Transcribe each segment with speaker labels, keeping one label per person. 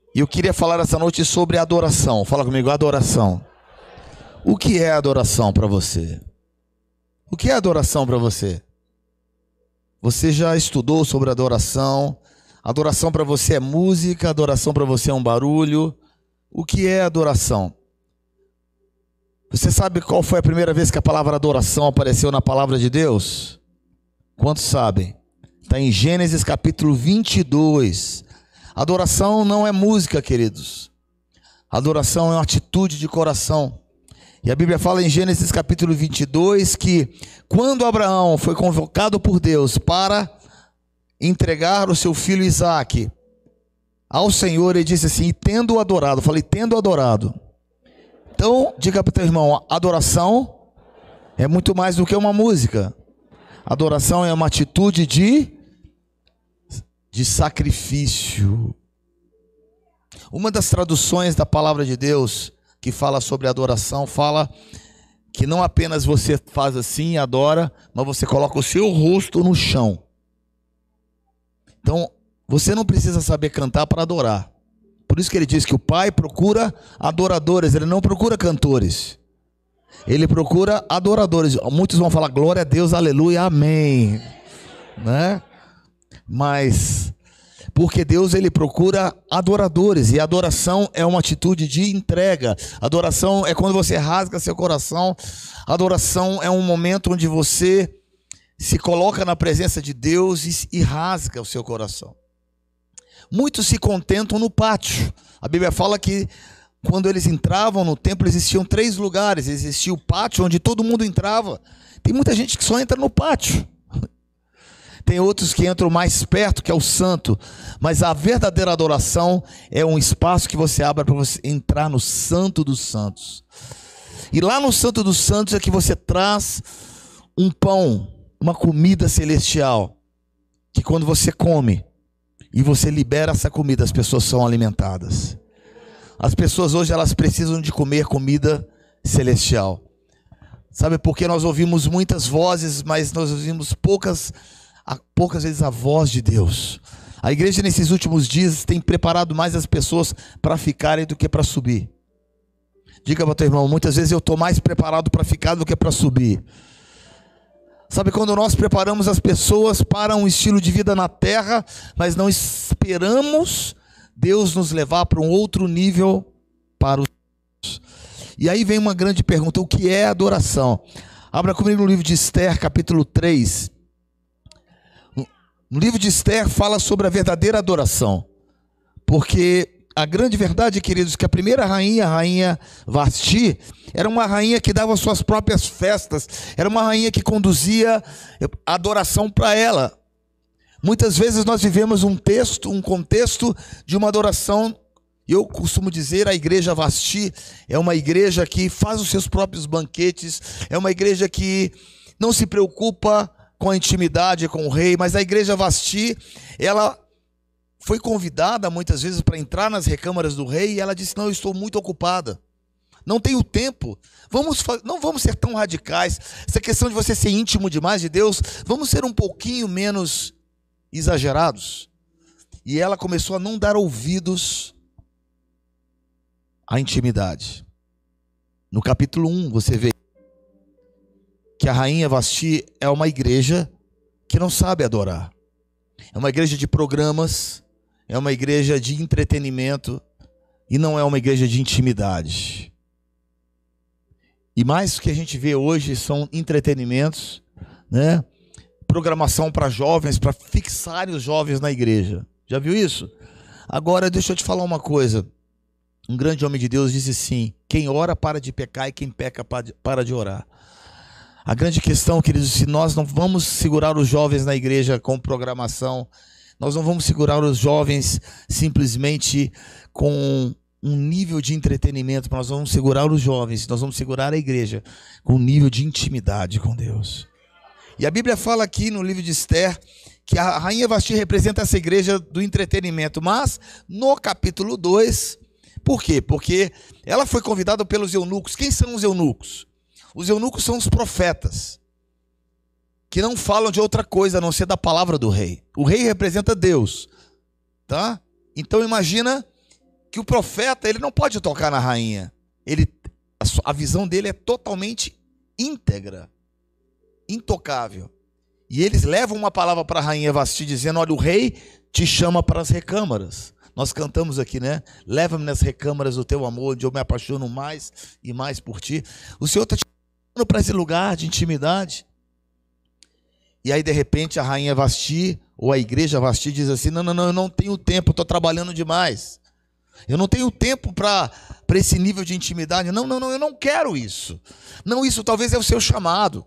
Speaker 1: E eu queria falar essa noite sobre adoração. Fala comigo, adoração. O que é adoração para você? O que é adoração para você? Você já estudou sobre adoração? Adoração para você é música, adoração para você é um barulho. O que é adoração? Você sabe qual foi a primeira vez que a palavra adoração apareceu na palavra de Deus? Quantos sabem? Está em Gênesis capítulo 22. Adoração não é música, queridos. Adoração é uma atitude de coração. E a Bíblia fala em Gênesis capítulo 22 que quando Abraão foi convocado por Deus para entregar o seu filho Isaque ao Senhor, ele disse assim, tendo adorado. Falei, tendo adorado. Então, diga para o teu irmão, adoração é muito mais do que uma música. Adoração é uma atitude de sacrifício. Uma das traduções da palavra de Deus que fala sobre adoração, fala que não apenas você faz assim, adora, mas você coloca o seu rosto no chão. Então, você não precisa saber cantar para adorar. Por isso que ele diz que o Pai procura adoradores, ele não procura cantores. Ele procura adoradores. Muitos vão falar glória a Deus, aleluia, amém. Né? Mas porque Deus ele procura adoradores, e adoração é uma atitude de entrega. Adoração é quando você rasga seu coração. Adoração é um momento onde você se coloca na presença de Deus e rasga o seu coração. Muitos se contentam no pátio. A Bíblia fala que quando eles entravam no templo existiam 3 lugares. Existia o pátio onde todo mundo entrava. Tem muita gente que só entra no pátio. Tem outros que entram mais perto, que é o santo. Mas a verdadeira adoração é um espaço que você abre para você entrar no santo dos santos. E lá no santo dos santos é que você traz um pão, uma comida celestial, que quando você come e você libera essa comida, as pessoas são alimentadas. As pessoas hoje elas precisam de comer comida celestial. Sabe por que nós ouvimos muitas vozes, mas nós ouvimos poucas vezes a voz de Deus? A igreja nesses últimos dias tem preparado mais as pessoas para ficarem do que para subir. Diga para o teu irmão, muitas vezes eu estou mais preparado para ficar do que para subir. Sabe quando nós preparamos as pessoas para um estilo de vida na terra, mas não esperamos Deus nos levar para um outro nível para os céus. E aí vem uma grande pergunta, o que é adoração? Abra comigo no livro de Esther, capítulo 3. No livro de Esther fala sobre a verdadeira adoração. Porque a grande verdade, queridos, que a primeira rainha, a rainha Vasti, era uma rainha que dava suas próprias festas. Era uma rainha que conduzia a adoração para ela. Muitas vezes nós vivemos um contexto de uma adoração. Eu costumo dizer, a igreja Vasti é uma igreja que faz os seus próprios banquetes. É uma igreja que não se preocupa com a intimidade com o rei. Mas a igreja Vasti, ela foi convidada muitas vezes para entrar nas recâmaras do rei, e ela disse, não, eu estou muito ocupada, não tenho tempo, não vamos ser tão radicais, essa questão de você ser íntimo demais de Deus, vamos ser um pouquinho menos exagerados. E ela começou a não dar ouvidos à intimidade. No capítulo 1 você vê que a rainha Vasti é uma igreja que não sabe adorar, é uma igreja de programas, é uma igreja de entretenimento e não é uma igreja de intimidade. E mais o que a gente vê hoje são entretenimentos, né? Programação para jovens, para fixarem os jovens na igreja. Já viu isso? Agora deixa eu te falar uma coisa. Um grande homem de Deus disse assim, quem ora para de pecar e quem peca para de orar. A grande questão, queridos, se nós não vamos segurar os jovens na igreja com programação, nós não vamos segurar os jovens simplesmente com um nível de entretenimento, mas nós vamos segurar os jovens, nós vamos segurar a igreja com um nível de intimidade com Deus. E a Bíblia fala aqui no livro de Esther que a rainha Vasti representa essa igreja do entretenimento, mas no capítulo 2, por quê? Porque ela foi convidada pelos eunucos. Quem são os eunucos? Os eunucos são os profetas, que não falam de outra coisa a não ser da palavra do rei. O rei representa Deus, tá? Então imagina que o profeta, ele não pode tocar na rainha. A visão dele é totalmente íntegra, intocável. E eles levam uma palavra para a rainha Vasti, dizendo: olha, o rei te chama para as recâmaras. Nós cantamos aqui, né? Leva-me nas recâmaras do teu amor, onde eu me apaixono mais e mais por ti. O Senhor está te chamando para esse lugar de intimidade. E aí, de repente, a rainha Vasti, ou a igreja Vasti, diz assim: não, eu não tenho tempo, estou trabalhando demais. Eu não tenho tempo para esse nível de intimidade. Não, eu não quero isso. Não, isso talvez é o seu chamado.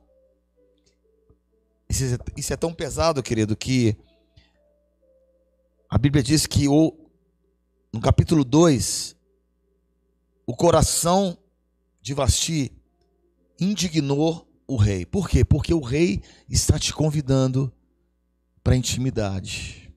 Speaker 1: Isso é tão pesado, querido, que a Bíblia diz que no capítulo 2, o coração de Vasti indignou o rei. Por quê? Porque o rei está te convidando para a intimidade.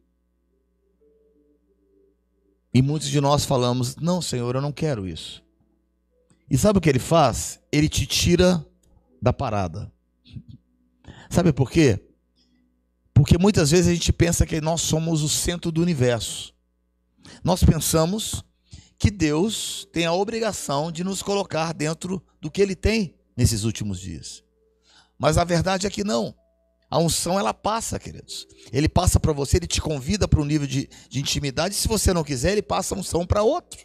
Speaker 1: E muitos de nós falamos: não, Senhor, eu não quero isso. E sabe o que ele faz? Ele te tira da parada. Sabe por quê? Porque muitas vezes a gente pensa que nós somos o centro do universo. Nós pensamos que Deus tem a obrigação de nos colocar dentro do que Ele tem nesses últimos dias. Mas a verdade é que não. A unção, ela passa, queridos. Ele passa para você, ele te convida para um nível de intimidade. Se você não quiser, ele passa a unção para outro.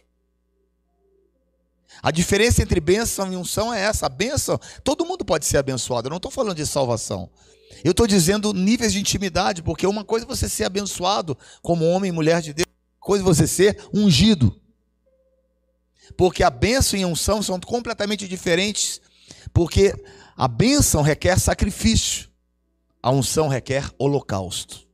Speaker 1: A diferença entre bênção e unção é essa. A bênção, todo mundo pode ser abençoado. Eu não estou falando de salvação. Eu estou dizendo níveis de intimidade, porque uma coisa é você ser abençoado como homem e mulher de Deus, outra coisa é você ser ungido. Porque a bênção e a unção são completamente diferentes, porque a bênção requer sacrifício, a unção requer holocausto.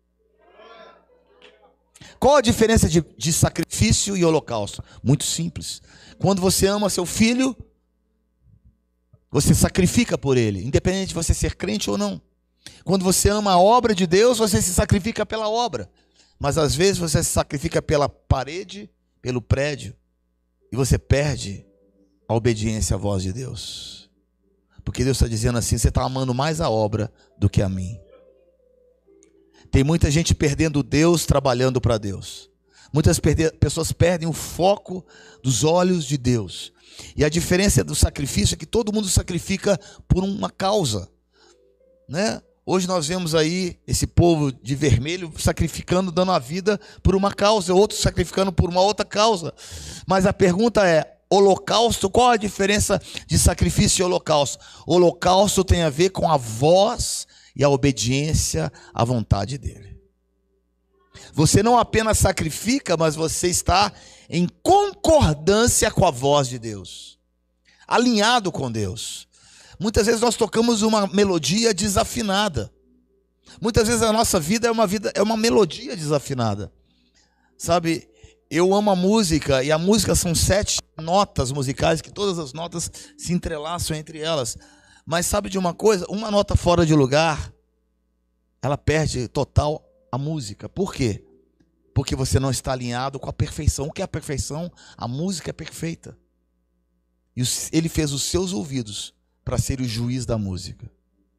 Speaker 1: Qual a diferença de sacrifício e holocausto? Muito simples. Quando você ama seu filho, você sacrifica por ele, independente de você ser crente ou não. Quando você ama a obra de Deus, você se sacrifica pela obra. Mas às vezes você se sacrifica pela parede, pelo prédio, e você perde a obediência à voz de Deus. Porque Deus está dizendo assim: você está amando mais a obra do que a mim. Tem muita gente perdendo Deus trabalhando para Deus. Muitas pessoas perdem o foco dos olhos de Deus. E a diferença do sacrifício é que todo mundo sacrifica por uma causa, né? Hoje nós vemos aí esse povo de vermelho sacrificando, dando a vida por uma causa, outros sacrificando por uma outra causa. Mas a pergunta é: holocausto, qual a diferença de sacrifício e holocausto? Holocausto tem a ver com a voz e a obediência à vontade dele. Você não apenas sacrifica, mas você está em concordância com a voz de Deus, alinhado com Deus. Muitas vezes nós tocamos uma melodia desafinada. Muitas vezes a nossa vida é uma melodia desafinada. Sabe, eu amo a música, e a música são 7 notas musicais, que todas as notas se entrelaçam entre elas. Mas sabe de uma coisa? Uma nota fora de lugar, ela perde total a música. Por quê? Porque você não está alinhado com a perfeição. O que é a perfeição? A música é perfeita. E ele fez os seus ouvidos para ser o juiz da música.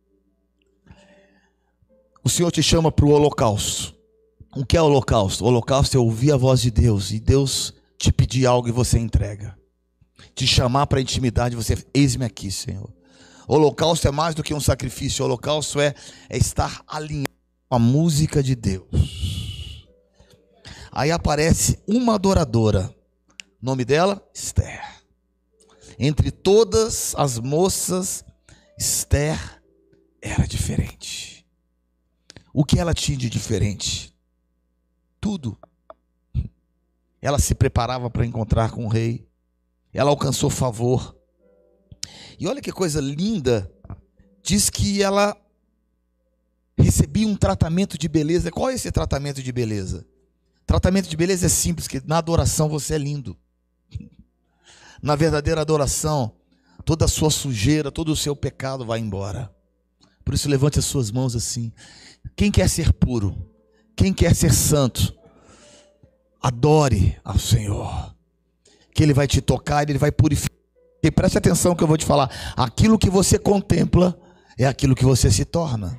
Speaker 1: O Senhor te chama para o holocausto. O que é o holocausto? O holocausto é ouvir a voz de Deus e Deus te pedir algo e você entrega. Te chamar para a intimidade, você: eis-me aqui, Senhor. O holocausto é mais do que um sacrifício. O holocausto é estar alinhado com a música de Deus. Aí aparece uma adoradora. O nome dela? Esther. Entre todas as moças, Esther era diferente. O que ela tinha de diferente? Tudo. Ela se preparava para encontrar com o rei. Ela alcançou favor. E olha que coisa linda. Diz que ela recebia um tratamento de beleza. Qual é esse tratamento de beleza? Tratamento de beleza é simples, que na adoração você é lindo. Na verdadeira adoração, toda a sua sujeira, todo o seu pecado vai embora. Por isso levante as suas mãos assim. Quem quer ser puro? Quem quer ser santo? Adore ao Senhor, que Ele vai te tocar, Ele vai purificar. E preste atenção que eu vou te falar. Aquilo que você contempla é aquilo que você se torna.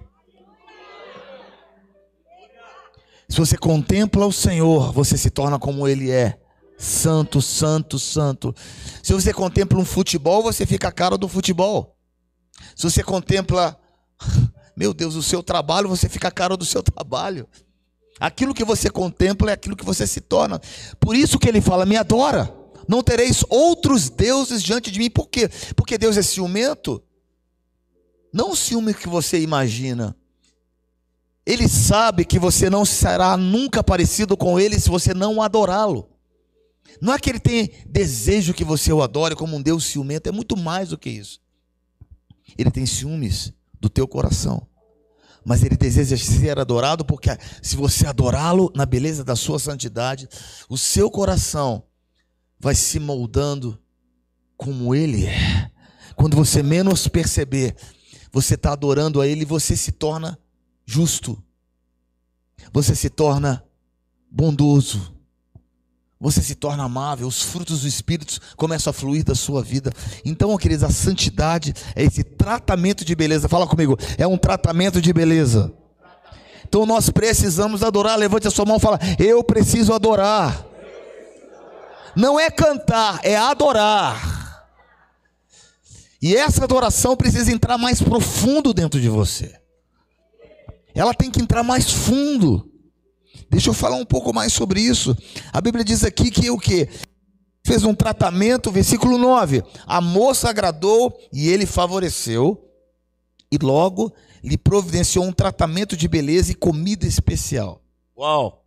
Speaker 1: Se você contempla o Senhor, você se torna como Ele é. Santo, santo, santo. Se você contempla um futebol, você fica a cara do futebol. Se você contempla, meu Deus, o seu trabalho, você fica a cara do seu trabalho. Aquilo que você contempla é aquilo que você se torna. Por isso que ele fala, me adora. Não tereis outros deuses diante de mim. Por quê? Porque Deus é ciumento. Não o ciúme que você imagina. Ele sabe que você não será nunca parecido com ele se você não adorá-lo. Não é que ele tem desejo que você o adore como um Deus ciumento. É muito mais do que isso. Ele tem ciúmes do teu coração. Mas ele deseja ser adorado, porque se você adorá-lo na beleza da sua santidade, o seu coração vai se moldando como ele é. Quando você menos perceber, você está adorando a ele e você se torna justo. Você se torna bondoso. Você se torna amável. Os frutos do Espírito começam a fluir da sua vida. Então, queridos, a santidade é esse tratamento de beleza. Fala comigo, é um tratamento de beleza. Então nós precisamos adorar. Levante a sua mão e fala, eu preciso adorar. Não é cantar, é adorar. E essa adoração precisa entrar mais profundo dentro de você. Ela tem que entrar mais fundo. Deixa eu falar um pouco mais sobre isso. A Bíblia diz aqui que o quê? Fez um tratamento, versículo 9. A moça agradou e ele favoreceu. E logo lhe providenciou um tratamento de beleza e comida especial. Uau!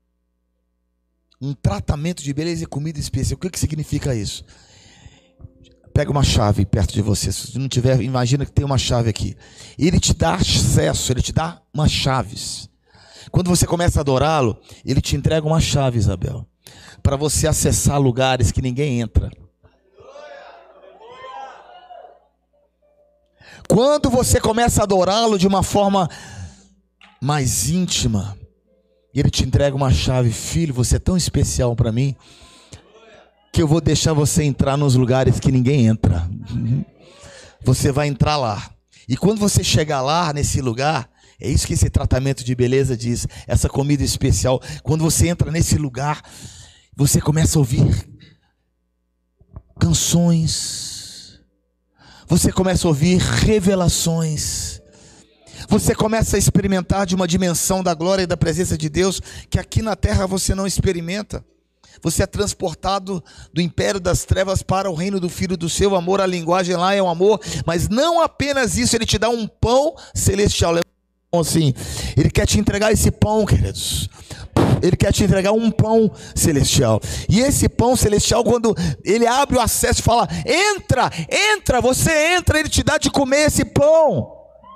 Speaker 1: Um tratamento de beleza e comida especial. O que significa isso? Pega uma chave perto de você. Se você não tiver, imagina que tem uma chave aqui. Ele te dá acesso, ele te dá umas chaves. Quando você começa a adorá-lo, ele te entrega uma chave, Isabel, para você acessar lugares que ninguém entra. Quando você começa a adorá-lo de uma forma mais íntima, ele te entrega uma chave. Filho, você é tão especial para mim, que eu vou deixar você entrar nos lugares que ninguém entra. Você vai entrar lá. E quando você chegar lá, nesse lugar, é isso que esse tratamento de beleza diz, essa comida especial. Quando você entra nesse lugar, você começa a ouvir canções, você começa a ouvir revelações, você começa a experimentar de uma dimensão da glória e da presença de Deus que aqui na terra você não experimenta. Você é transportado do império das trevas para o reino do Filho do seu amor. A linguagem lá é o amor, mas não apenas isso, ele te dá um pão celestial. Assim, ele quer te entregar esse pão, queridos. Ele quer te entregar um pão celestial. E esse pão celestial, quando ele abre o acesso e fala, entra, entra, você entra, ele te dá de comer esse pão.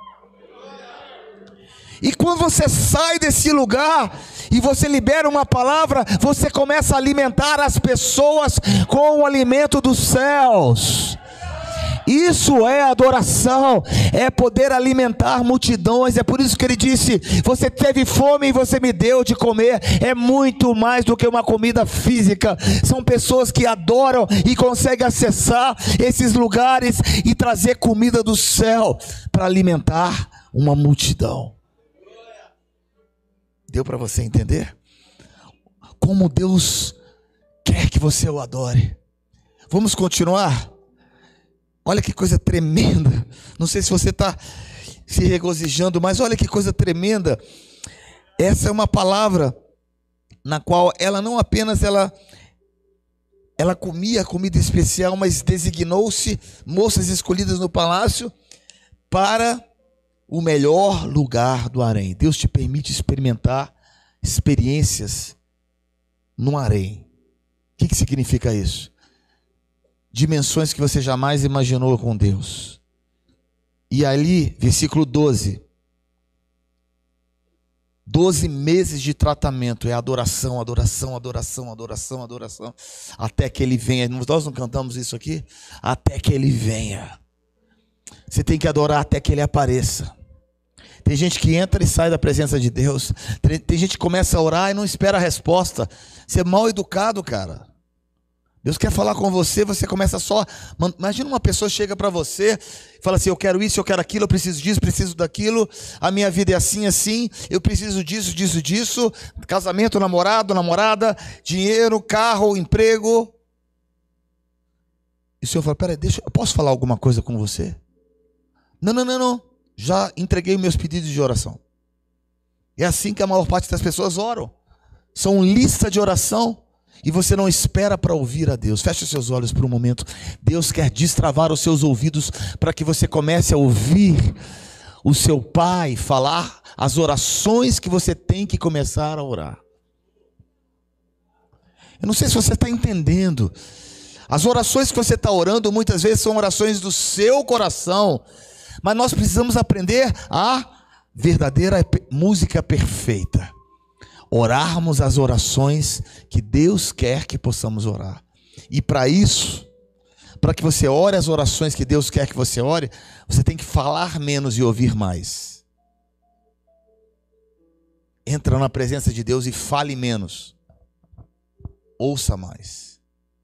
Speaker 1: E quando você sai desse lugar e você libera uma palavra, você começa a alimentar as pessoas com o alimento dos céus. Isso é adoração, é poder alimentar multidões. É por isso que ele disse, você teve fome e você me deu de comer. É muito mais do que uma comida física. São pessoas que adoram e conseguem acessar esses lugares e trazer comida do céu para alimentar uma multidão. Deu para você entender? Como Deus quer que você o adore. Vamos continuar? Olha que coisa tremenda. Não sei se você está se regozijando, mas olha que coisa tremenda. Essa é uma palavra na qual ela não apenas ela comia comida especial, mas designou-se moças escolhidas no palácio para o melhor lugar do harém. Deus te permite experimentar experiências no harém. O que significa isso? Dimensões que você jamais imaginou com Deus. E ali, versículo 12. 12 meses de tratamento. É adoração, adoração, adoração, adoração, adoração. Até que ele venha. Nós não cantamos isso aqui? Até que ele venha. Você tem que adorar até que ele apareça. Tem gente que entra e sai da presença de Deus. Tem gente que começa a orar e não espera a resposta. Você é mal educado, cara. Deus quer falar com você, você começa só... Imagina uma pessoa chega para você, fala assim, eu quero isso, eu quero aquilo, eu preciso disso, preciso daquilo, a minha vida é assim, assim, eu preciso disso, disso, disso, casamento, namorado, namorada, dinheiro, carro, emprego. E o Senhor fala, peraí, eu posso falar alguma coisa com você? Não. Já entreguei meus pedidos de oração. É assim que a maior parte das pessoas oram. São lista de oração. E você não espera para ouvir a Deus. Feche os seus olhos por um momento. Deus quer destravar os seus ouvidos para que você comece a ouvir o seu Pai falar as orações que você tem que começar a orar. Eu não sei se você está entendendo. As orações que você está orando muitas vezes são orações do seu coração. Mas nós precisamos aprender a verdadeira música perfeita. Orarmos as orações que Deus quer que possamos orar. E para isso, para que você ore as orações que Deus quer que você ore, você tem que falar menos e ouvir mais. Entra na presença de Deus e fale menos. Ouça mais.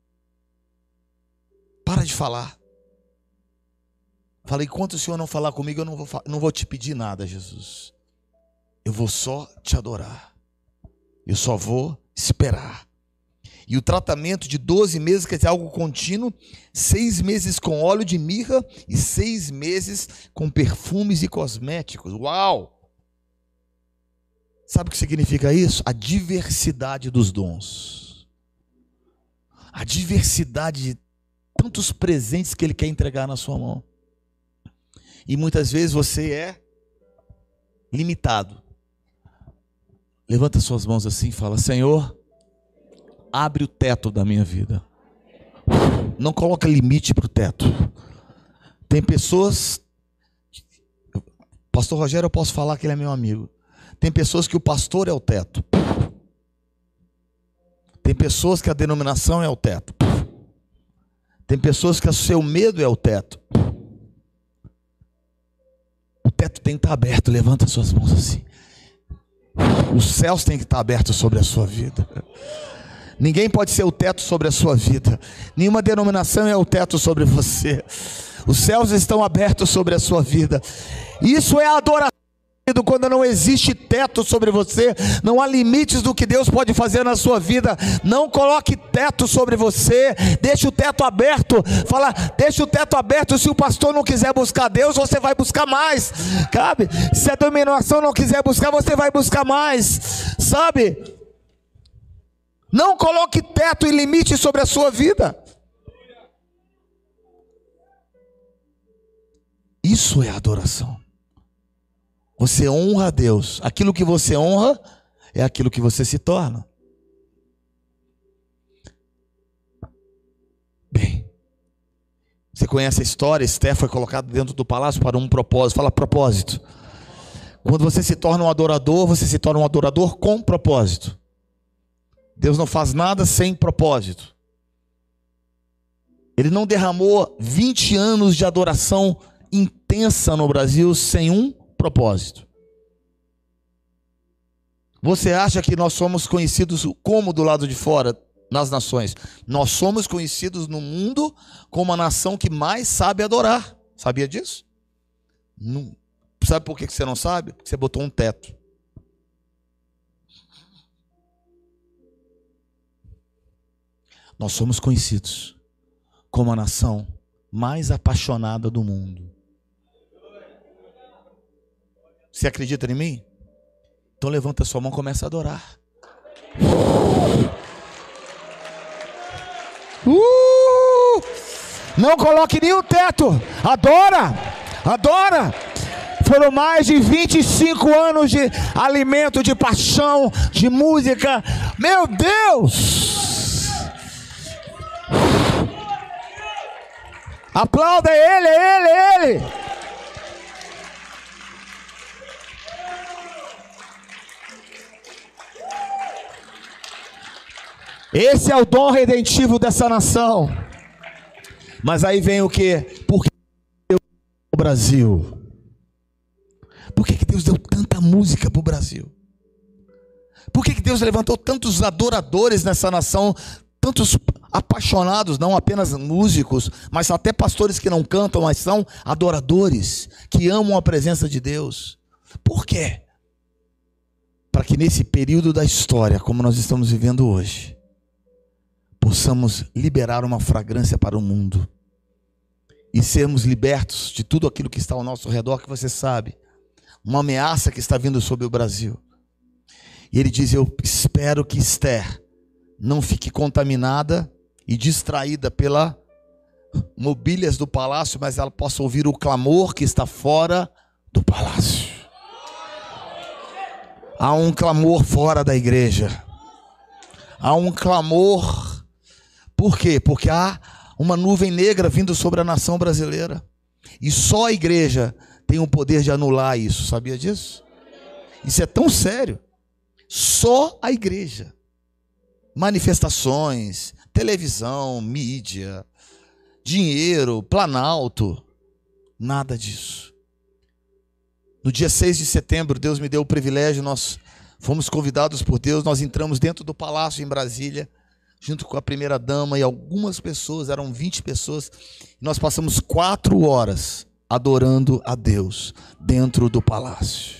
Speaker 1: Para de falar. Falei, enquanto o Senhor não falar comigo, eu não vou te pedir nada, Jesus. Eu vou só te adorar. Eu só vou esperar. E o tratamento de 12 meses quer dizer algo contínuo, 6 meses com óleo de mirra e 6 meses com perfumes e cosméticos. Uau! Sabe o que significa isso? A diversidade dos dons. A diversidade de tantos presentes que Ele quer entregar na sua mão. E muitas vezes você é limitado. Levanta suas mãos assim e fala, Senhor, abre o teto da minha vida. Não coloca limite para o teto. Tem pessoas, pastor Rogério, eu posso falar que ele é meu amigo. Tem pessoas que o pastor é o teto. Tem pessoas que a denominação é o teto. Tem pessoas que o seu medo é o teto. O teto tem que estar aberto. Levanta suas mãos assim. Os céus têm que estar abertos sobre a sua vida. Ninguém pode ser o teto sobre a sua vida. Nenhuma denominação é o teto sobre você. Os céus estão abertos sobre a sua vida. Isso é adoração. Quando não existe teto sobre você, não há limites do que Deus pode fazer na sua vida. Não coloque teto sobre você. Deixa o teto aberto. Fala, deixa o teto aberto. Se o pastor não quiser buscar Deus, você vai buscar mais. Sabe? Se a denominação não quiser buscar, você vai buscar mais. Sabe? Não coloque teto e limite sobre a sua vida. Isso é adoração. Você honra a Deus. Aquilo que você honra é aquilo que você se torna. Bem, você conhece a história? Esther foi colocada dentro do palácio para um propósito. Fala propósito. Quando você se torna um adorador, você se torna um adorador com propósito. Deus não faz nada sem propósito. Ele não derramou 20 anos de adoração intensa no Brasil sem um propósito. Você acha que nós somos conhecidos como do lado de fora nas nações? Nós somos conhecidos no mundo como a nação que mais sabe adorar. Sabia disso? Não. Sabe por que você não sabe? Porque você botou um teto. Nós somos conhecidos como a nação mais apaixonada do mundo. Você acredita em mim? Então levanta a sua mão e começa a adorar. Não coloque nenhum teto. Adora. Adora. Foram mais de 25 anos de alimento, de paixão, de música. Meu Deus. Aplauda ele, ele. Esse é o dom redentivo dessa nação. Mas aí vem o que? Por que Deus deu o Brasil? Por que Deus deu tanta música para o Brasil? Por que Deus levantou tantos adoradores nessa nação? Tantos apaixonados, não apenas músicos, mas até pastores que não cantam, mas são adoradores, que amam a presença de Deus. Por quê? Para que nesse período da história, como nós estamos vivendo hoje, possamos liberar uma fragrância para o mundo e sermos libertos de tudo aquilo que está ao nosso redor, que você sabe, uma ameaça que está vindo sobre o Brasil. E ele diz: eu espero que Esther não fique contaminada e distraída pelas mobílias do palácio, mas ela possa ouvir o clamor que está fora do palácio. Há um clamor fora da igreja. Há um clamor. Por quê? Porque há uma nuvem negra vindo sobre a nação brasileira. E só a igreja tem o poder de anular isso. Sabia disso? Isso é tão sério. Só a igreja. Manifestações, televisão, mídia, dinheiro, Planalto, nada disso. No dia 6 de setembro, Deus me deu o privilégio, nós fomos convidados por Deus, nós entramos dentro do palácio em Brasília, junto com a primeira dama e algumas pessoas, eram 20 pessoas, e nós passamos 4 horas adorando a Deus dentro do palácio.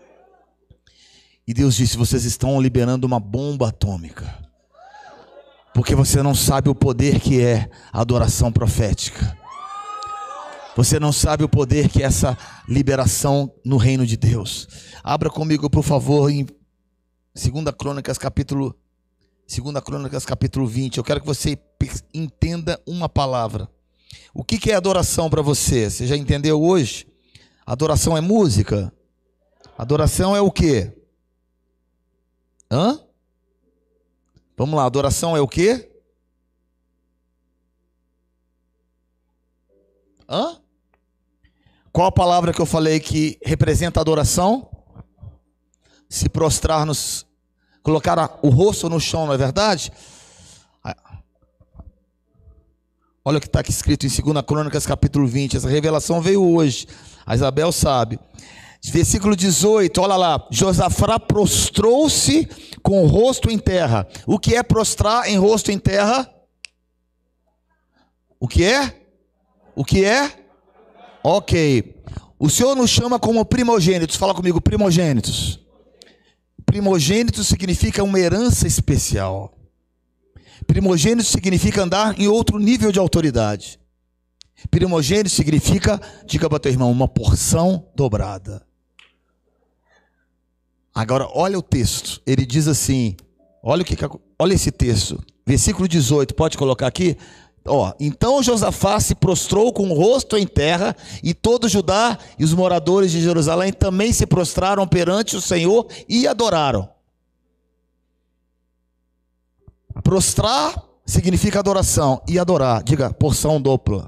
Speaker 1: E Deus disse: vocês estão liberando uma bomba atômica, porque você não sabe o poder que é a adoração profética. Você não sabe o poder que é essa liberação no reino de Deus. Abra comigo, por favor, em 2 Crônicas capítulo 20. Eu quero que você entenda uma palavra. O que é adoração para você? Você já entendeu hoje? Adoração é música? Adoração é o quê? Vamos lá, adoração é o quê? Qual a palavra que eu falei que representa a adoração? Se prostrar, colocar o rosto no chão, não é verdade? Olha o que está aqui escrito em 2 Crônicas capítulo 20. Essa revelação veio hoje, a Isabel sabe. Versículo 18, olha lá. Josafá prostrou-se com o rosto em terra. O que é prostrar em rosto em terra? O que é? O que é? Ok. O Senhor nos chama como primogênitos. Fala comigo, primogênitos. Primogênitos significa uma herança especial. Primogênito significa andar em outro nível de autoridade. Primogênito significa, diga para o teu irmão, uma porção dobrada. Agora, olha o texto. Ele diz assim, olha esse texto. Versículo 18, pode colocar aqui? Então Josafá se prostrou com o rosto em terra, e todo Judá e os moradores de Jerusalém também se prostraram perante o Senhor e adoraram. Prostrar significa adoração, e adorar, diga, porção dupla.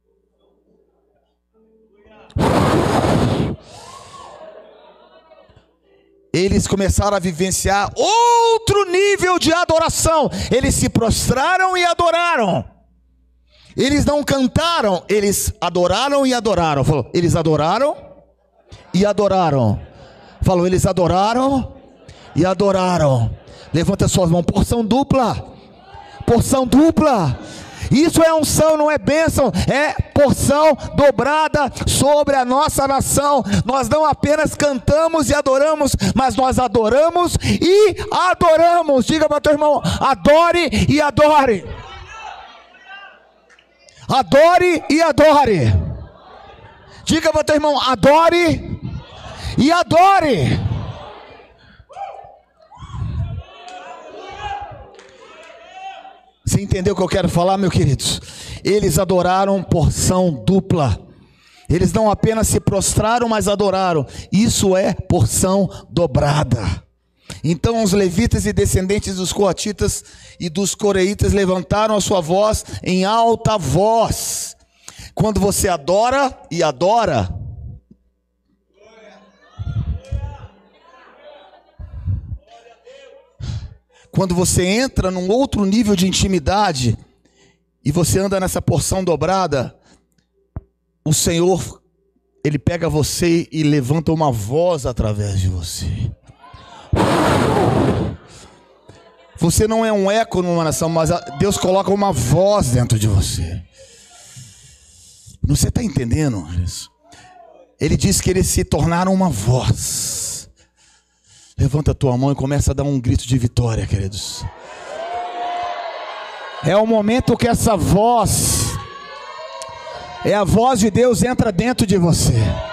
Speaker 1: Eles começaram a vivenciar outro nível de adoração. Eles se prostraram e adoraram. Eles não cantaram, eles adoraram e adoraram. Falou, eles adoraram e adoraram. Falou, eles adoraram e adoraram. Levanta suas mãos, porção dupla. Porção dupla. Isso é unção, não é bênção, é porção dobrada sobre a nossa nação. Nós não apenas cantamos e adoramos, mas nós adoramos e adoramos. Diga para o teu irmão, adore e adore. Adore e adore. Diga para o teu irmão, adore e adore. Você entendeu o que eu quero falar, meus queridos? Eles adoraram porção dupla. Eles não apenas se prostraram, mas adoraram. Isso é porção dobrada. Então os levitas e descendentes dos coatitas e dos coreitas levantaram a sua voz em alta voz. Quando você adora e adora, quando você entra num outro nível de intimidade e você anda nessa porção dobrada, o Senhor, Ele pega você e levanta uma voz através de você. Você não é um eco numa nação, mas Deus coloca uma voz dentro de você. Você está entendendo isso? Ele diz que eles se tornaram uma voz. Levanta a tua mão e começa a dar um grito de vitória, queridos. É o momento que essa voz, é a voz de Deus, entra dentro de você.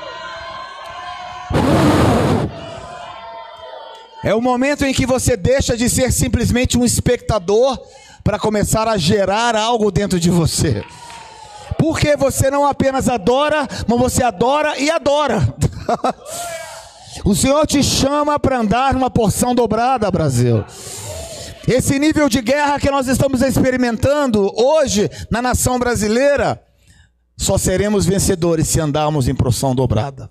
Speaker 1: É o momento em que você deixa de ser simplesmente um espectador para começar a gerar algo dentro de você. Porque você não apenas adora, mas você adora e adora. O Senhor te chama para andar numa porção dobrada, Brasil. Esse nível de guerra que nós estamos experimentando hoje na nação brasileira, só seremos vencedores se andarmos em porção dobrada.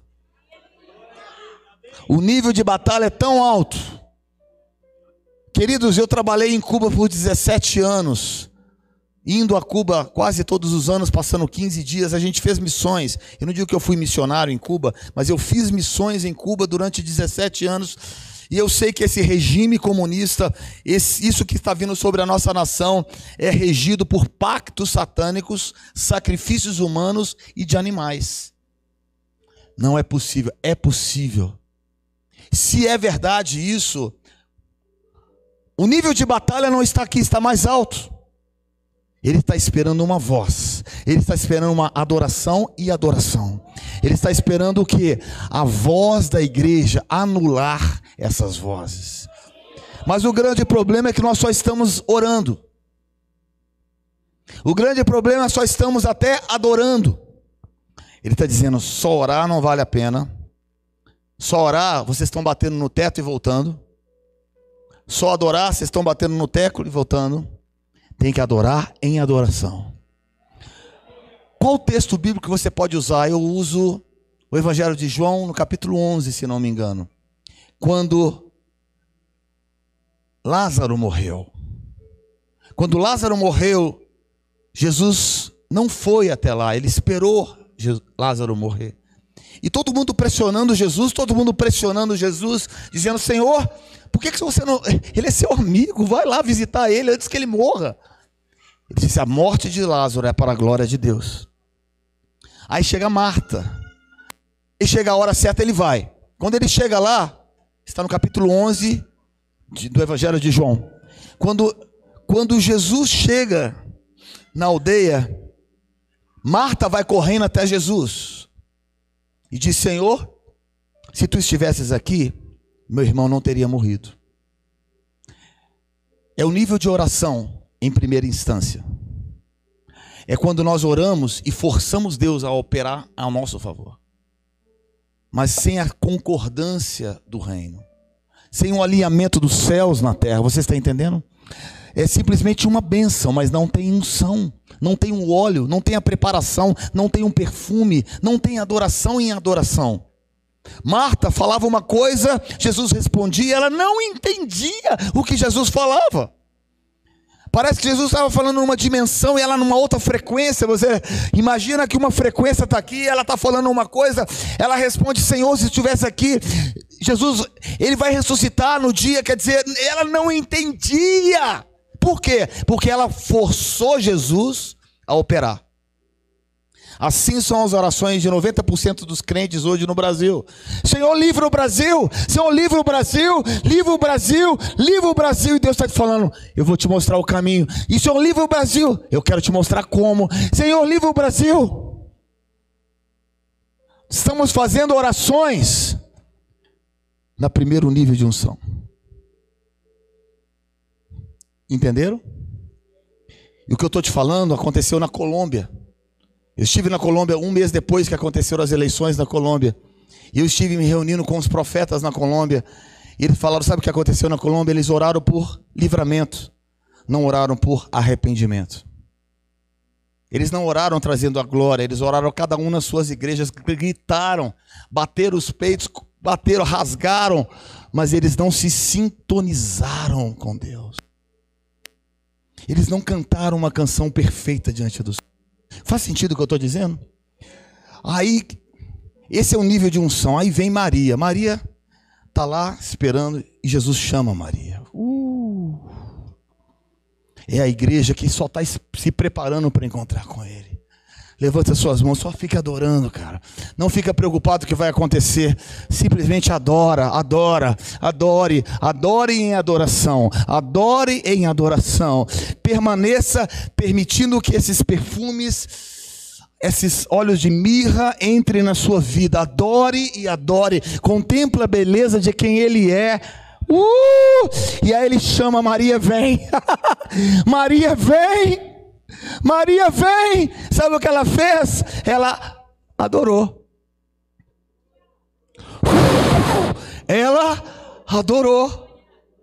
Speaker 1: O nível de batalha é tão alto. Queridos, eu trabalhei em Cuba por 17 anos. Indo a Cuba quase todos os anos, passando 15 dias, a gente fez missões. Eu não digo que eu fui missionário em Cuba, mas eu fiz missões em Cuba durante 17 anos. E eu sei que esse regime comunista, isso que está vindo sobre a nossa nação, é regido por pactos satânicos, sacrifícios humanos e de animais. Não é possível, é possível. Se é verdade isso, o nível de batalha não está aqui, está mais alto. Ele está esperando uma voz, ele está esperando uma adoração e adoração. Ele está esperando o quê? A voz da igreja anular essas vozes. Mas o grande problema é que nós só estamos orando. O grande problema é que só estamos até adorando. Ele está dizendo, só orar não vale a pena. Só orar, vocês estão batendo no teto e voltando. Só adorar, vocês estão batendo no teto e voltando. Tem que adorar em adoração. Qual texto bíblico que você pode usar? Eu uso o Evangelho de João no capítulo 11, se não me engano. Quando Lázaro morreu. Quando Lázaro morreu, Jesus não foi até lá, ele esperou Lázaro morrer. E todo mundo pressionando Jesus, dizendo, Senhor, por que você não... Ele é seu amigo, vai lá visitar ele antes que ele morra. Ele disse, a morte de Lázaro é para a glória de Deus. Aí chega Marta. E chega a hora certa, ele vai. Quando ele chega lá, está no capítulo 11 do Evangelho de João. Quando Jesus chega na aldeia, Marta vai correndo até Jesus. E diz, Senhor, se tu estivesses aqui, meu irmão não teria morrido. É o nível de oração em primeira instância. É quando nós oramos e forçamos Deus a operar a nosso favor. Mas sem a concordância do reino. Sem o alinhamento dos céus na terra. Você está entendendo? É simplesmente uma bênção, mas não tem unção. Não tem um óleo, não tem a preparação, não tem um perfume, não tem adoração em adoração. Marta falava uma coisa, Jesus respondia, ela não entendia o que Jesus falava. Parece que Jesus estava falando numa dimensão e ela numa outra frequência. Você imagina que uma frequência está aqui, ela está falando uma coisa, ela responde, Senhor, se estivesse aqui, Jesus, ele vai ressuscitar no dia, quer dizer, ela não entendia. Por quê? Porque ela forçou Jesus a operar. Assim são as orações de 90% dos crentes hoje no Brasil. Senhor, livra o Brasil. Senhor, livra o Brasil. Livra o Brasil. Livra o Brasil. E Deus está te falando, eu vou te mostrar o caminho. E Senhor, livra o Brasil. Eu quero te mostrar como. Senhor, livra o Brasil. Estamos fazendo orações no primeiro nível de unção. Entenderam? E o que eu estou te falando aconteceu na Colômbia. Eu estive na Colômbia um mês depois que aconteceram as eleições na Colômbia. E eu estive me reunindo com os profetas na Colômbia. E eles falaram, sabe o que aconteceu na Colômbia? Eles oraram por livramento. Não oraram por arrependimento. Eles não oraram trazendo a glória. Eles oraram cada um nas suas igrejas. Gritaram, bateram os peitos, bateram, rasgaram. Mas eles não se sintonizaram com Deus. Eles não cantaram uma canção perfeita diante do Senhor. Faz sentido o que eu estou dizendo? Aí, esse é o nível de unção. Aí vem Maria. Maria está lá esperando e Jesus chama Maria. é a igreja que só está se preparando para encontrar com Ele. Levante as suas mãos, só fica adorando, cara. Não fica preocupado com o que vai acontecer. Simplesmente adora, adora, adore, adore em adoração. Adore em adoração. Permaneça permitindo que esses perfumes, esses óleos de mirra entrem na sua vida. Adore e adore. Contemple a beleza de quem Ele é. E aí Ele chama: Maria, vem. Maria, vem. Maria, vem. Sabe o que ela fez? Ela adorou. Ela adorou.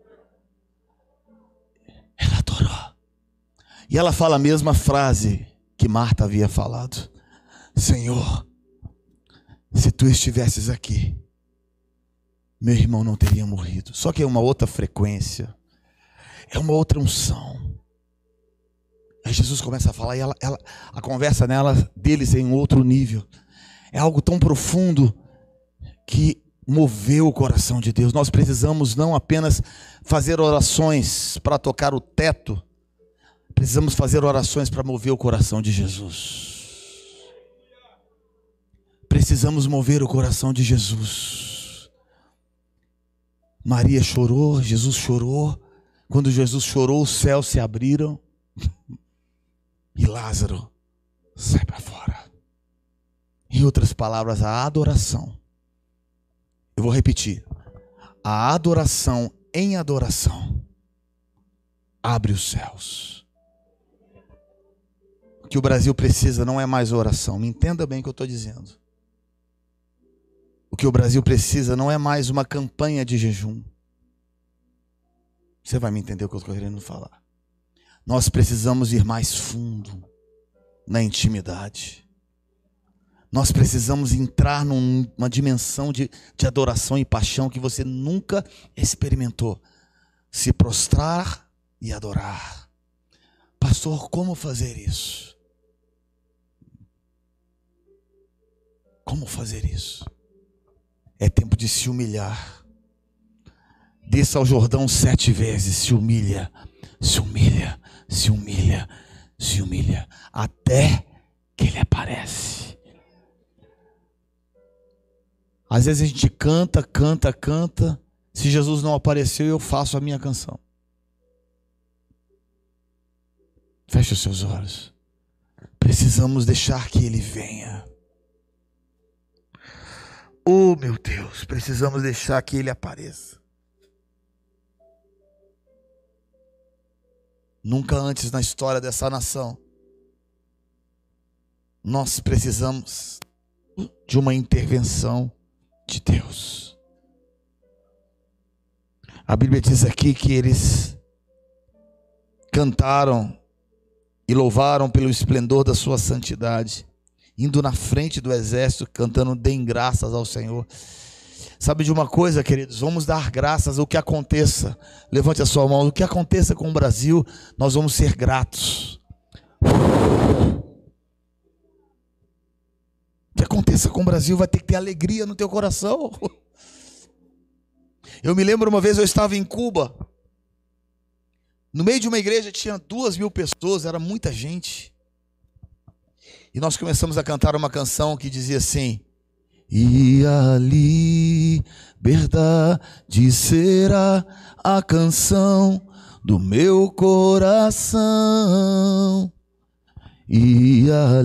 Speaker 1: Ela adorou. E ela fala a mesma frase que Marta havia falado: Senhor, se tu estivesses aqui, meu irmão não teria morrido. Só que é uma outra frequência, é uma outra unção. Aí Jesus começa a falar e a conversa deles é em outro nível. É algo tão profundo que moveu o coração de Deus. Nós precisamos não apenas fazer orações para tocar o teto, precisamos fazer orações para mover o coração de Jesus. Precisamos mover o coração de Jesus. Maria chorou, Jesus chorou. Quando Jesus chorou, os céus se abriram. E Lázaro sai para fora. Em outras palavras, a adoração. Eu vou repetir. A adoração em adoração abre os céus. O que o Brasil precisa não é mais oração. Me entenda bem o que eu estou dizendo. O que o Brasil precisa não é mais uma campanha de jejum. Você vai me entender o que eu estou querendo falar. Nós precisamos ir mais fundo na intimidade. Nós precisamos entrar numa dimensão de adoração e paixão que você nunca experimentou. Se prostrar e adorar. Pastor, como fazer isso? Como fazer isso? É tempo de se humilhar. Desça ao Jordão 7 vezes, se humilha, se humilha, se humilha, se humilha, até que Ele aparece. Às vezes a gente canta, canta, canta. Se Jesus não apareceu, eu faço a minha canção. Feche os seus olhos. Precisamos deixar que Ele venha. Oh, meu Deus, precisamos deixar que Ele apareça. Nunca antes na história dessa nação nós precisamos de uma intervenção de Deus. A Bíblia diz aqui que eles cantaram e louvaram pelo esplendor da sua santidade, indo na frente do exército, cantando: deem graças ao Senhor. Sabe de uma coisa, queridos? Vamos dar graças ao que aconteça. Levante a sua mão. O que aconteça com o Brasil, nós vamos ser gratos. O que aconteça com o Brasil vai ter que ter alegria no teu coração. Eu me lembro uma vez, eu estava em Cuba. No meio de uma igreja tinha 2.000 pessoas, era muita gente. E nós começamos a cantar uma canção que dizia assim: e a liberdade será a canção do meu coração. E a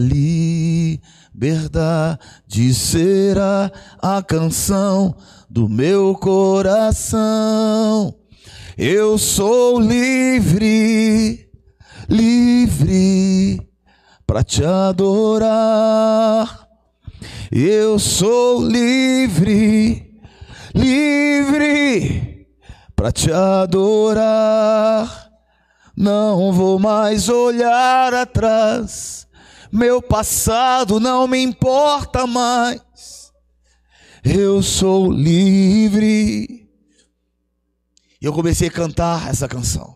Speaker 1: liberdade será a canção do meu coração. Eu sou livre, livre para te adorar. Eu sou livre, livre para te adorar. Não vou mais olhar atrás, meu passado não me importa mais. Eu sou livre. E eu comecei a cantar essa canção.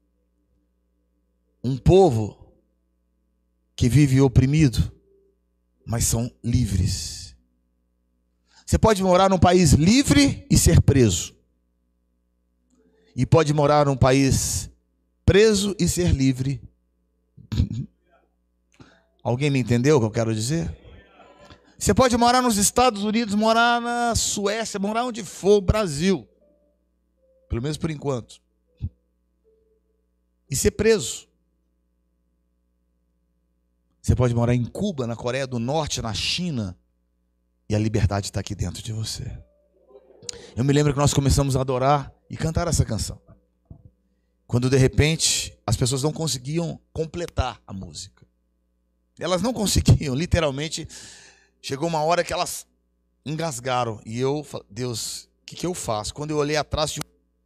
Speaker 1: Um povo que vive oprimido, mas são livres. Você pode morar num país livre e ser preso. E pode morar num país preso e ser livre. Alguém me entendeu o que eu quero dizer? Você pode morar nos Estados Unidos, morar na Suécia, morar onde for, Brasil. Pelo menos por enquanto. E ser preso. Você pode morar em Cuba, na Coreia do Norte, na China, e a liberdade está aqui dentro de você. Eu me lembro que nós começamos a adorar e cantar essa canção. Quando de repente as pessoas não conseguiam completar a música. Elas não conseguiam, literalmente. Chegou uma hora que elas engasgaram. E eu falei, Deus, o que eu faço? Quando eu olhei atrás de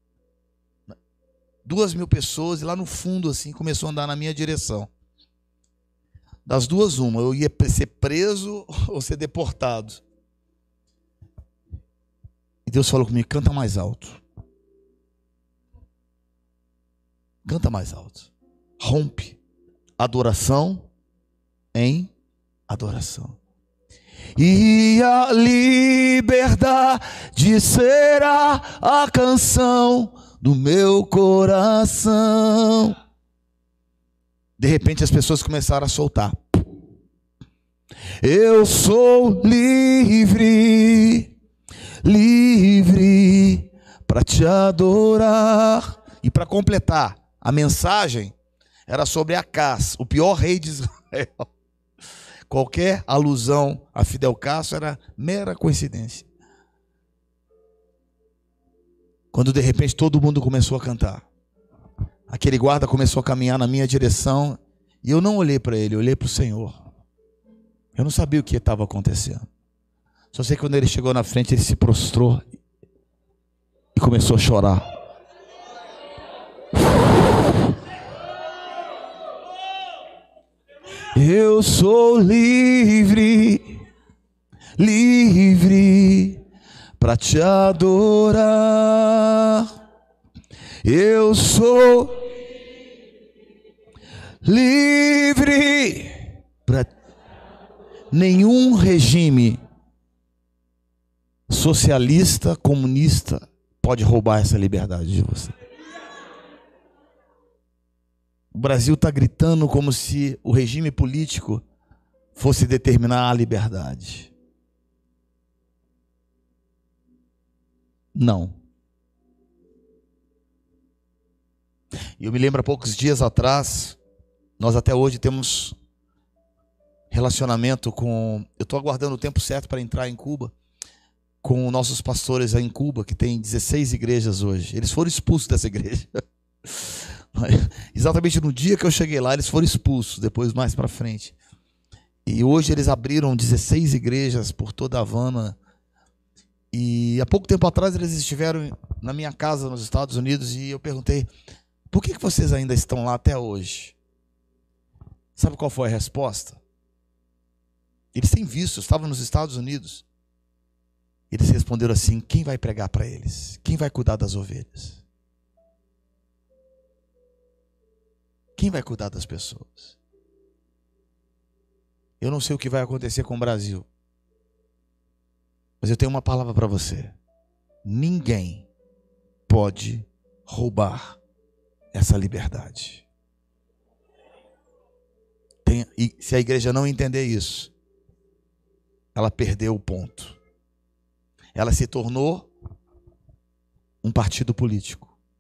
Speaker 1: 2.000 pessoas, e lá no fundo assim começou a andar na minha direção. Das duas, uma, eu ia ser preso ou ser deportado. E Deus falou comigo, canta mais alto. Canta mais alto. Rompe. Adoração em adoração. E a liberdade será a canção do meu coração. De repente as pessoas começaram a soltar. Eu sou livre, livre para te adorar. E para completar, a mensagem era sobre Acás, o pior rei de Israel. Qualquer alusão a Fidel Castro era mera coincidência. Quando de repente todo mundo começou a cantar, aquele guarda começou a caminhar na minha direção e eu não olhei para ele, eu olhei para o Senhor. Eu não sabia o que estava acontecendo. Só sei que quando ele chegou na frente, ele se prostrou e começou a chorar. Eu sou livre, livre para te adorar. Eu sou livre para nenhum regime socialista, comunista pode roubar essa liberdade de você. O Brasil está gritando como se o regime político fosse determinar a liberdade. Não. E eu me lembro há poucos dias atrás, nós até hoje temos relacionamento com... Eu estou aguardando o tempo certo para entrar em Cuba, com nossos pastores aí em Cuba, que tem 16 igrejas hoje. Eles foram expulsos dessa igreja. Exatamente no dia que eu cheguei lá, eles foram expulsos, depois mais para frente. E hoje eles abriram 16 igrejas por toda a Havana. E há pouco tempo atrás eles estiveram na minha casa nos Estados Unidos e eu perguntei, por que vocês ainda estão lá até hoje? Sabe qual foi a resposta? Eles têm visto, estavam nos Estados Unidos. Eles responderam assim, quem vai pregar para eles? Quem vai cuidar das ovelhas? Quem vai cuidar das pessoas? Eu não sei o que vai acontecer com o Brasil. Mas eu tenho uma palavra para você. Ninguém pode roubar essa liberdade. E se a igreja não entender isso, ela perdeu o ponto. Ela se tornou um partido político.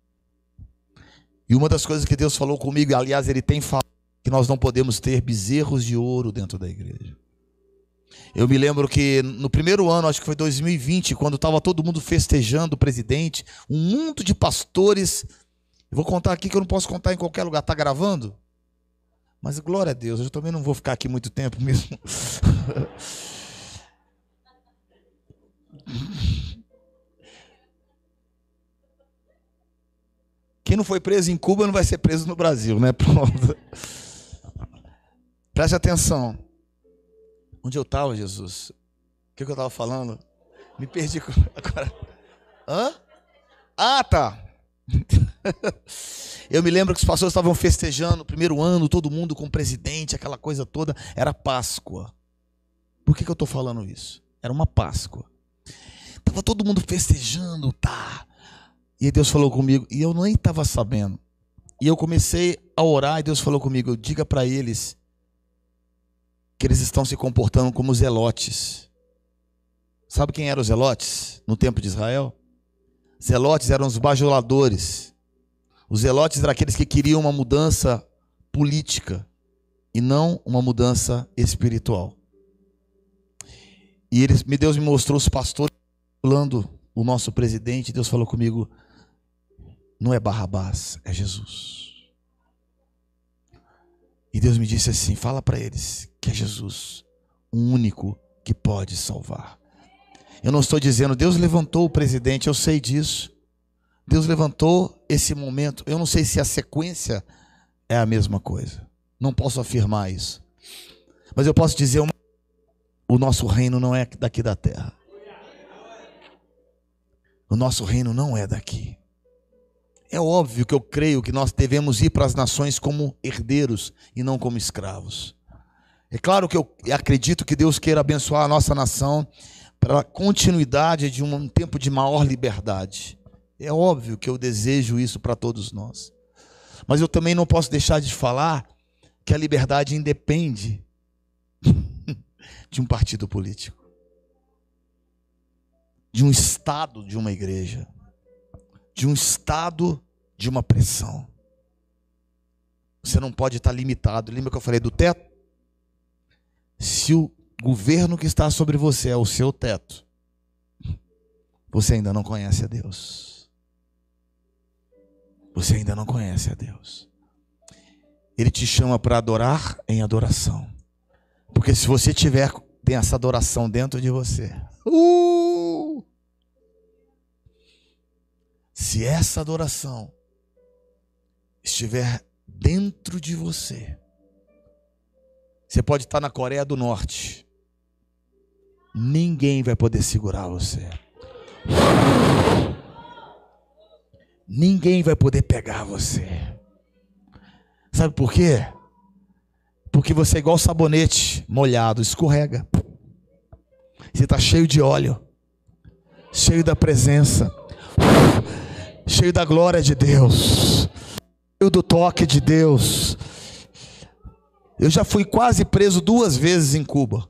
Speaker 1: E uma das coisas que Deus falou comigo, aliás, Ele tem falado, que nós não podemos ter bezerros de ouro dentro da igreja. Eu me lembro que no primeiro ano, acho que foi 2020, quando estava todo mundo festejando o presidente, um mundo de pastores, eu vou contar aqui que eu não posso contar em qualquer lugar, está gravando? Mas glória a Deus, eu também não vou ficar aqui muito tempo mesmo. Quem não foi preso em Cuba não vai ser preso no Brasil, né? Pronto. Preste atenção. Onde eu estava, Jesus? O que eu estava falando? Me perdi agora. Hã? Ah, tá. Eu me lembro que os pastores estavam festejando o primeiro ano, todo mundo com o presidente, aquela coisa toda. Era Páscoa. Por que eu estou falando isso? Era uma Páscoa. Estava todo mundo festejando, tá? E Deus falou comigo, e eu nem estava sabendo. E eu comecei a orar e Deus falou comigo: diga para eles que eles estão se comportando como zelotes. Sabe quem eram os zelotes no tempo de Israel? Zelotes eram os bajuladores. Os zelotes eram aqueles que queriam uma mudança política e não uma mudança espiritual. E Deus me mostrou os pastores falando o nosso presidente. Deus falou comigo: não é Barrabás, é Jesus. E Deus me disse assim: fala para eles que é Jesus, o único que pode salvar. Eu não estou dizendo Deus levantou o presidente, eu sei disso. Deus levantou esse momento. Eu não sei se a sequência é a mesma coisa. Não posso afirmar isso. Mas eu posso dizer, o nosso reino não é daqui da terra. O nosso reino não é daqui. É óbvio que eu creio que nós devemos ir para as nações como herdeiros e não como escravos. É claro que eu acredito que Deus queira abençoar a nossa nação para a continuidade de um tempo de maior liberdade. É óbvio que eu desejo isso para todos nós. Mas eu também não posso deixar de falar que a liberdade independe de um partido político, de um estado de uma igreja, de um estado de uma pressão. Você não pode estar limitado. Lembra que eu falei do teto? Se o governo que está sobre você é o seu teto, você ainda não conhece a Deus. Você ainda não conhece a Deus. Ele te chama para adorar em adoração. Porque se você tem essa adoração dentro de você, se essa adoração estiver dentro de você, você pode estar na Coreia do Norte, ninguém vai poder segurar você. Ninguém vai poder pegar você. Sabe por quê? Porque você é igual sabonete molhado, escorrega. Você está cheio de óleo, cheio da presença, cheio da glória de Deus, cheio do toque de Deus. Eu já fui quase preso 2 vezes em Cuba.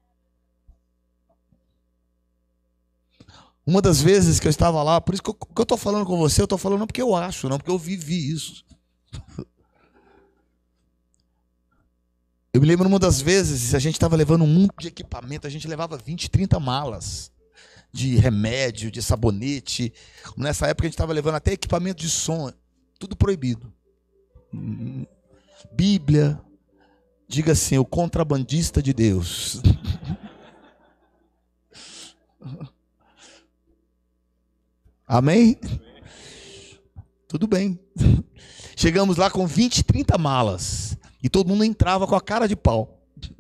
Speaker 1: Uma das vezes que eu estava lá, por isso que eu estou falando com você, eu estou falando não porque eu acho, não porque eu vivi isso. Eu me lembro uma das vezes, a gente estava levando um monte de equipamento, a gente levava 20, 30 malas de remédio, de sabonete. Nessa época a gente estava levando até equipamento de som, tudo proibido. Bíblia, diga assim, o contrabandista de Deus. Amém? Tudo bem. Chegamos lá com 20, 30 malas. E todo mundo entrava com a cara de pau.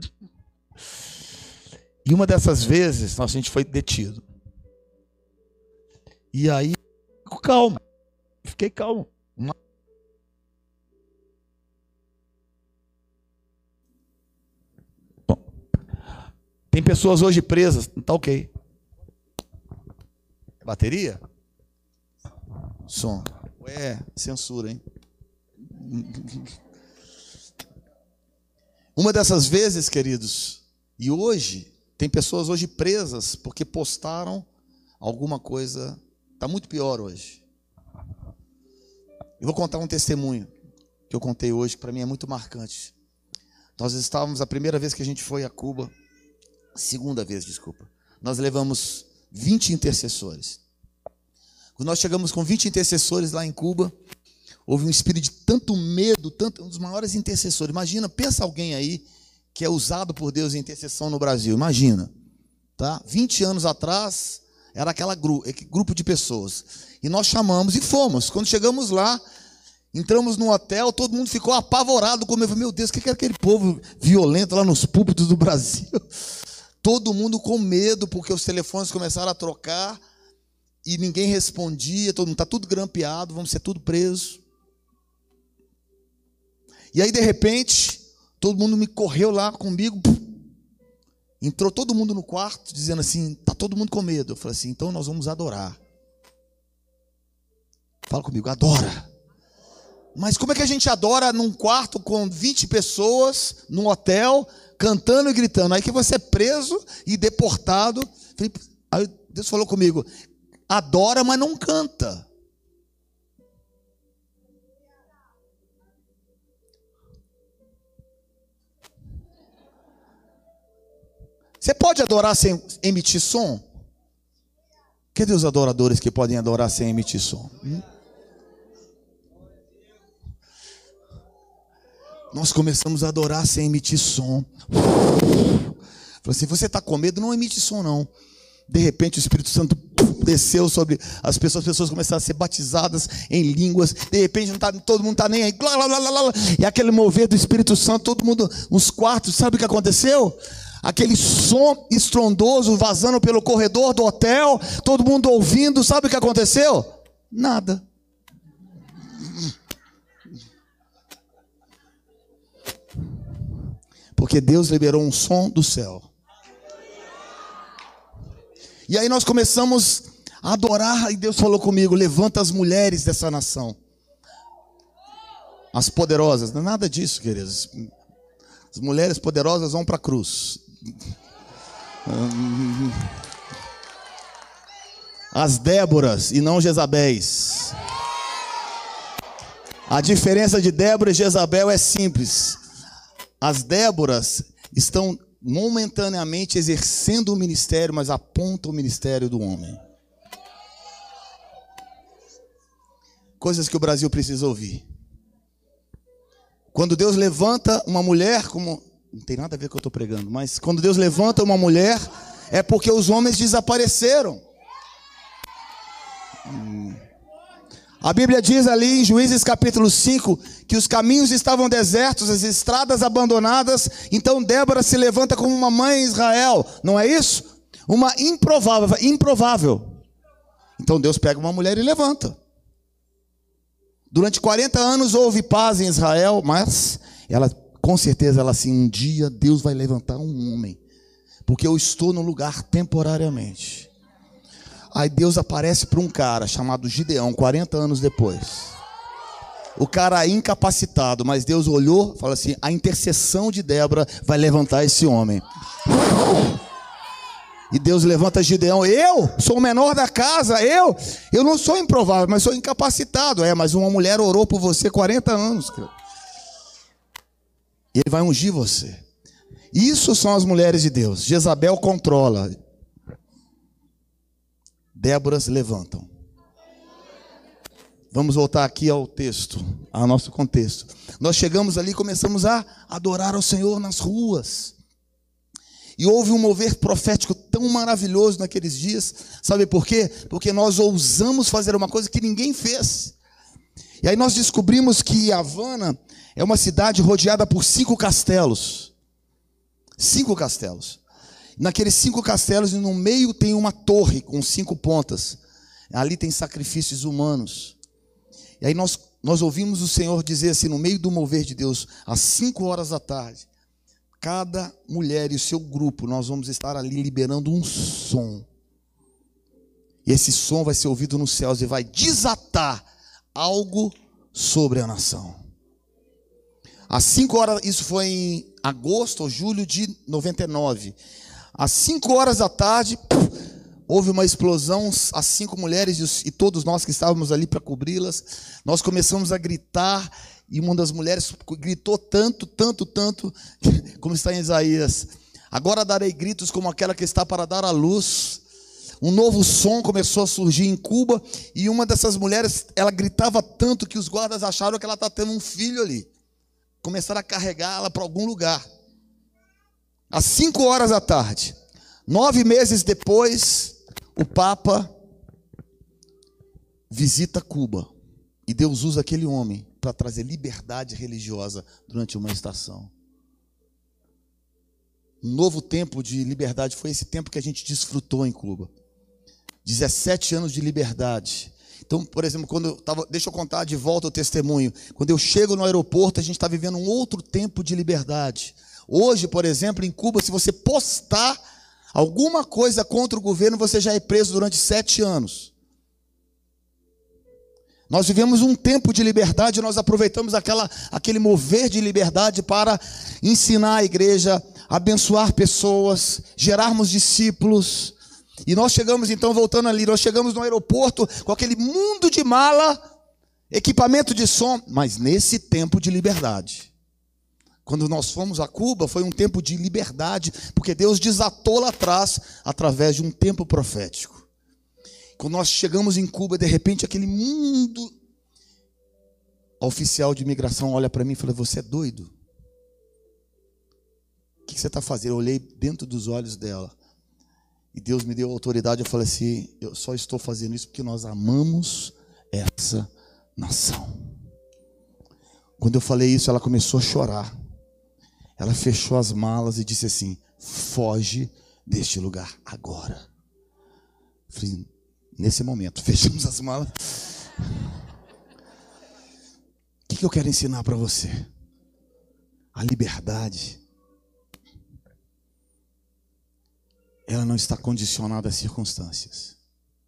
Speaker 1: E uma dessas vezes, a gente foi detido. E aí, fiquei calmo. Bom, tem pessoas hoje presas, tá ok. Bateria? Som. Ué, censura, hein? Uma dessas vezes, queridos, e hoje, tem pessoas hoje presas porque postaram alguma coisa, está muito pior hoje. Eu vou contar um testemunho que eu contei hoje, que para mim é muito marcante. Nós estávamos, a primeira vez que a gente foi a Cuba, segunda vez, desculpa, nós levamos 20 intercessores. Quando nós chegamos com 20 intercessores lá em Cuba, houve um espírito de tanto medo, um dos maiores intercessores. Imagina, pensa alguém aí que é usado por Deus em intercessão no Brasil. Imagina, tá? 20 anos atrás, era aquele grupo de pessoas. E nós chamamos e fomos. Quando chegamos lá, entramos no hotel, todo mundo ficou apavorado comigo. Meu Deus, o que é aquele povo violento lá nos púlpitos do Brasil? Todo mundo com medo, porque os telefones começaram a trocar e ninguém respondia. Todo mundo está tudo grampeado, vamos ser tudo presos. E aí, de repente, todo mundo me correu lá comigo. Entrou todo mundo no quarto, dizendo assim, está todo mundo com medo. Eu falei assim, então nós vamos adorar. Fala comigo, adora.
Speaker 2: Mas como é que a gente adora num quarto com 20 pessoas, num hotel, cantando e gritando? Aí que você é preso e deportado. Aí Deus falou comigo: adora, mas não canta. Você pode adorar sem emitir som? Cadê os adoradores que podem adorar sem emitir som? Nós começamos a adorar sem emitir som. Falei assim: você está com medo? Não emite som não. De repente o Espírito Santo desceu sobre as pessoas começaram a ser batizadas em línguas. De repente todo mundo está nem aí. E aquele mover do Espírito Santo, todo mundo nos quartos. Sabe o que aconteceu? Aquele som estrondoso vazando pelo corredor do hotel, todo mundo ouvindo. Sabe o que aconteceu? Nada. Porque Deus liberou um som do céu. E aí nós começamos a adorar, e Deus falou comigo: levanta as mulheres dessa nação, as poderosas. Não é nada disso, queridos. As mulheres poderosas vão para a cruz. As Déboras e não Jezabéis. A diferença de Débora e Jezabel é simples. As Déboras estão momentaneamente exercendo o ministério, mas apontam o ministério do homem. Coisas que o Brasil precisa ouvir. Quando Deus levanta uma mulher, como não tem nada a ver com o que eu estou pregando, mas quando Deus levanta uma mulher, é porque os homens desapareceram. A Bíblia diz ali em Juízes capítulo 5 que os caminhos estavam desertos, as estradas abandonadas. Então Débora se levanta como uma mãe em Israel, não é isso? Uma improvável. Então Deus pega uma mulher e levanta. Durante 40 anos houve paz em Israel, mas ela, com certeza, ela assim: um dia Deus vai levantar um homem, porque eu estou no lugar temporariamente. Aí Deus aparece para um cara chamado Gideão, 40 anos depois. O cara incapacitado, mas Deus olhou e falou assim: a intercessão de Débora vai levantar esse homem. E Deus levanta Gideão. Eu sou o menor da casa, eu não sou improvável, mas sou incapacitado. Mas uma mulher orou por você 40 anos. E ele vai ungir você. Isso são as mulheres de Deus. Jezabel controla. Déboras levantam. Vamos voltar aqui ao texto, ao nosso contexto. Nós chegamos ali e começamos a adorar ao Senhor nas ruas. E houve um mover profético tão maravilhoso naqueles dias. Sabe por quê? Porque nós ousamos fazer uma coisa que ninguém fez. E aí nós descobrimos que Havana é uma cidade rodeada por 5 castelos. 5 castelos. Naqueles 5 castelos, no meio tem uma torre com 5 pontas. Ali tem sacrifícios humanos. E aí nós ouvimos o Senhor dizer assim, no meio do mover de Deus, às 5 horas da tarde: cada mulher e o seu grupo, nós vamos estar ali liberando um som. E esse som vai ser ouvido nos céus e vai desatar algo sobre a nação. Às 5 horas, isso foi em agosto ou julho de 99. Às 5 horas da tarde, houve uma explosão. As 5 mulheres e todos nós que estávamos ali para cobri-las, nós começamos a gritar. E uma das mulheres gritou tanto, como está em Isaías: agora darei gritos como aquela que está para dar à luz. Um novo som começou a surgir em Cuba. E uma dessas mulheres, ela gritava tanto que os guardas acharam que ela está tendo um filho ali. Começaram a carregá-la para algum lugar. Às 5 horas da tarde, 9 meses depois, o Papa visita Cuba. E Deus usa aquele homem para trazer liberdade religiosa durante uma estação. Um novo tempo de liberdade foi esse tempo que a gente desfrutou em Cuba. 17 anos de liberdade. Então, por exemplo, deixa eu contar de volta o testemunho. Quando eu chego no aeroporto, a gente está vivendo um outro tempo de liberdade. Hoje, por exemplo, em Cuba, se você postar alguma coisa contra o governo, você já é preso durante 7 anos. Nós vivemos um tempo de liberdade, nós aproveitamos aquele mover de liberdade para ensinar a igreja, abençoar pessoas, gerarmos discípulos. E nós chegamos então, voltando ali, nós chegamos no aeroporto com aquele mundo de mala, equipamento de som, mas nesse tempo de liberdade. Quando nós fomos a Cuba, foi um tempo de liberdade, porque Deus desatou lá atrás, através de um tempo profético. Quando nós chegamos em Cuba, de repente, aquele mundo, a oficial de imigração olha para mim e fala: você é doido? O que você está fazendo? Eu olhei dentro dos olhos dela, e Deus me deu autoridade. Eu falei assim: eu só estou fazendo isso porque nós amamos essa nação. Quando eu falei isso, ela começou a chorar. Ela fechou as malas e disse assim: foge deste lugar agora. Eu falei, nesse momento, fechamos as malas. O que eu quero ensinar para você? A liberdade, ela não está condicionada às circunstâncias.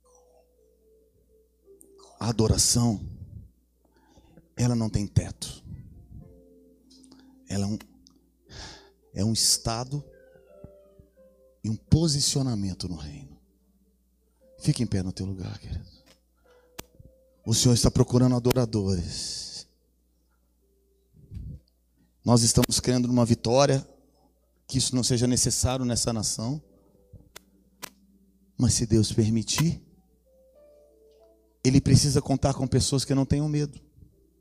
Speaker 2: A adoração, ela não tem teto. Ela é um estado e um posicionamento no reino. Fique em pé no teu lugar, querido. O Senhor está procurando adoradores. Nós estamos crendo numa vitória, que isso não seja necessário nessa nação. Mas se Deus permitir, Ele precisa contar com pessoas que não tenham medo.